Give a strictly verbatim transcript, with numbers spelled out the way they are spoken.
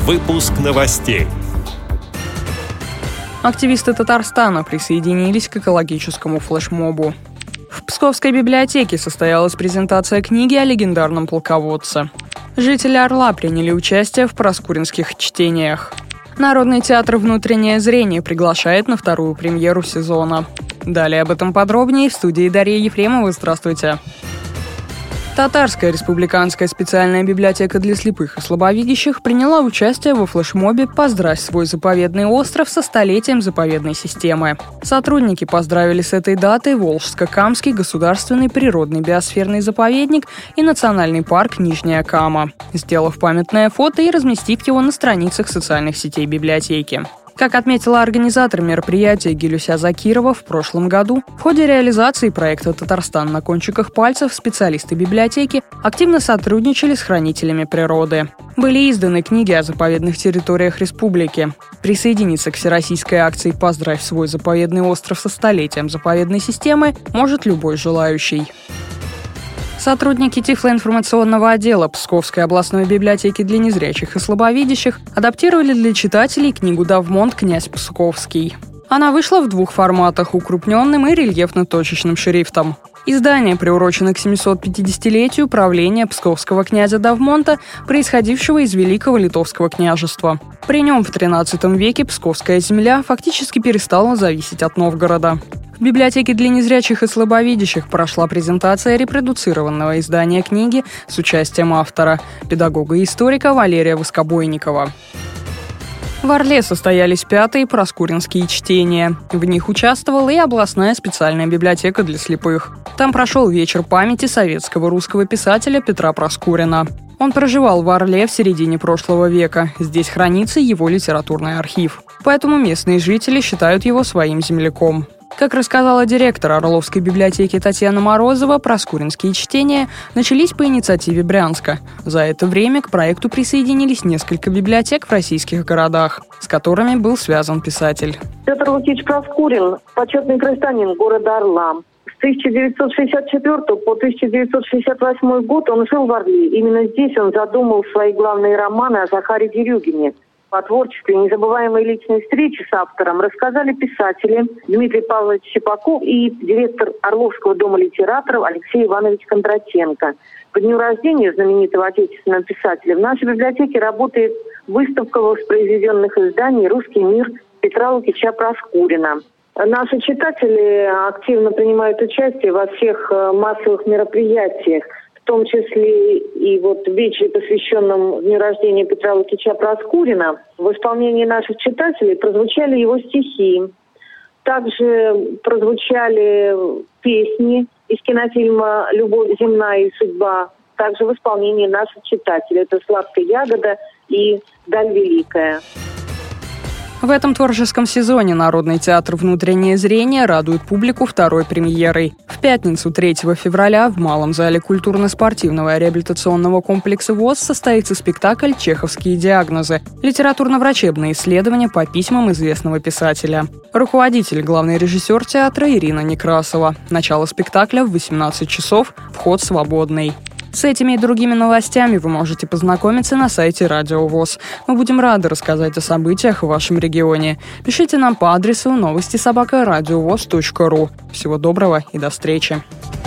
Выпуск новостей. Активисты Татарстана присоединились к экологическому флешмобу. В Псковской библиотеке состоялась презентация книги о легендарном полководце. Жители Орла приняли участие в проскуринских чтениях. Народный театр «Внутреннее зрение» приглашает на вторую премьеру сезона. Далее об этом подробнее в студии Дарья Ефремова. Здравствуйте. Татарская республиканская специальная библиотека для слепых и слабовидящих приняла участие во флешмобе «Поздравь свой заповедный остров со столетием заповедной системы». Сотрудники поздравили с этой датой Волжско-Камский государственный природный биосферный заповедник и национальный парк Нижняя Кама, сделав памятное фото и разместив его на страницах социальных сетей библиотеки. Как отметила организатор мероприятия Гилюся Закирова, в прошлом году в ходе реализации проекта «Татарстан на кончиках пальцев» специалисты библиотеки активно сотрудничали с хранителями природы. Были изданы книги о заповедных территориях республики. Присоединиться к всероссийской акции «Поздравь свой заповедный остров со столетием заповедной системы» может любой желающий. Сотрудники тифлоинформационного отдела Псковской областной библиотеки для незрячих и слабовидящих адаптировали для читателей книгу «Давмонт. Князь Псковский». Она вышла в двух форматах – укрупненным и рельефно-точечным шрифтом. Издание приурочено к семисот пятидесятилетию правления псковского князя Давмонта, происходившего из Великого Литовского княжества. При нем в тринадцатом веке Псковская земля фактически перестала зависеть от Новгорода. В библиотеке для незрячих и слабовидящих прошла презентация репродуцированного издания книги с участием автора, педагога и историка Валерия Воскобойникова. В Орле состоялись пятые проскуринские чтения. В них участвовала и областная специальная библиотека для слепых. Там прошел вечер памяти советского русского писателя Петра Проскурина. Он проживал в Орле в середине прошлого века. Здесь хранится его литературный архив. Поэтому местные жители считают его своим земляком. Как рассказала директор Орловской библиотеки Татьяна Морозова, проскуринские чтения начались по инициативе Брянска. За это время к проекту присоединились несколько библиотек в российских городах, с которыми был связан писатель. Петр Лукич Проскурин – почетный гражданин города Орла. С тысяча девятьсот шестьдесят четвёртого по тысяча девятьсот шестьдесят восьмой год он жил в Орле. Именно здесь он задумал свои главные романы о Захаре Дерюгине. О творчестве незабываемой личной встречи с автором рассказали писатели Дмитрий Павлович Щепаков и директор Орловского дома литераторов Алексей Иванович Кондратенко. По дню рождения знаменитого отечественного писателя в нашей библиотеке работает выставка воспроизведенных изданий «Русский мир» Петра Лукича Проскурина. Наши читатели активно принимают участие во всех массовых мероприятиях, в том числе и вот в вечере, посвященном дню рождения Петра Лукича Проскурина. В исполнении наших читателей прозвучали его стихи. Также прозвучали песни из кинофильма «Любовь земная и судьба». Также в исполнении наших читателей. Это «Сладкая ягода» и «Даль великая». В этом творческом сезоне Народный театр «Внутреннее зрение» радует публику второй премьерой. В пятницу, третьего февраля, в Малом зале культурно-спортивного и реабилитационного комплекса ВОС состоится спектакль «Чеховские диагнозы» – литературно-врачебное исследование по письмам известного писателя. Руководитель, главный режиссер театра Ирина Некрасова. Начало спектакля в восемнадцать часов, вход свободный. С этими и другими новостями вы можете познакомиться на сайте Радио ВОС. Мы будем рады рассказать о событиях в вашем регионе. Пишите нам по адресу новости собака радиовос точка ру. Всего доброго и до встречи.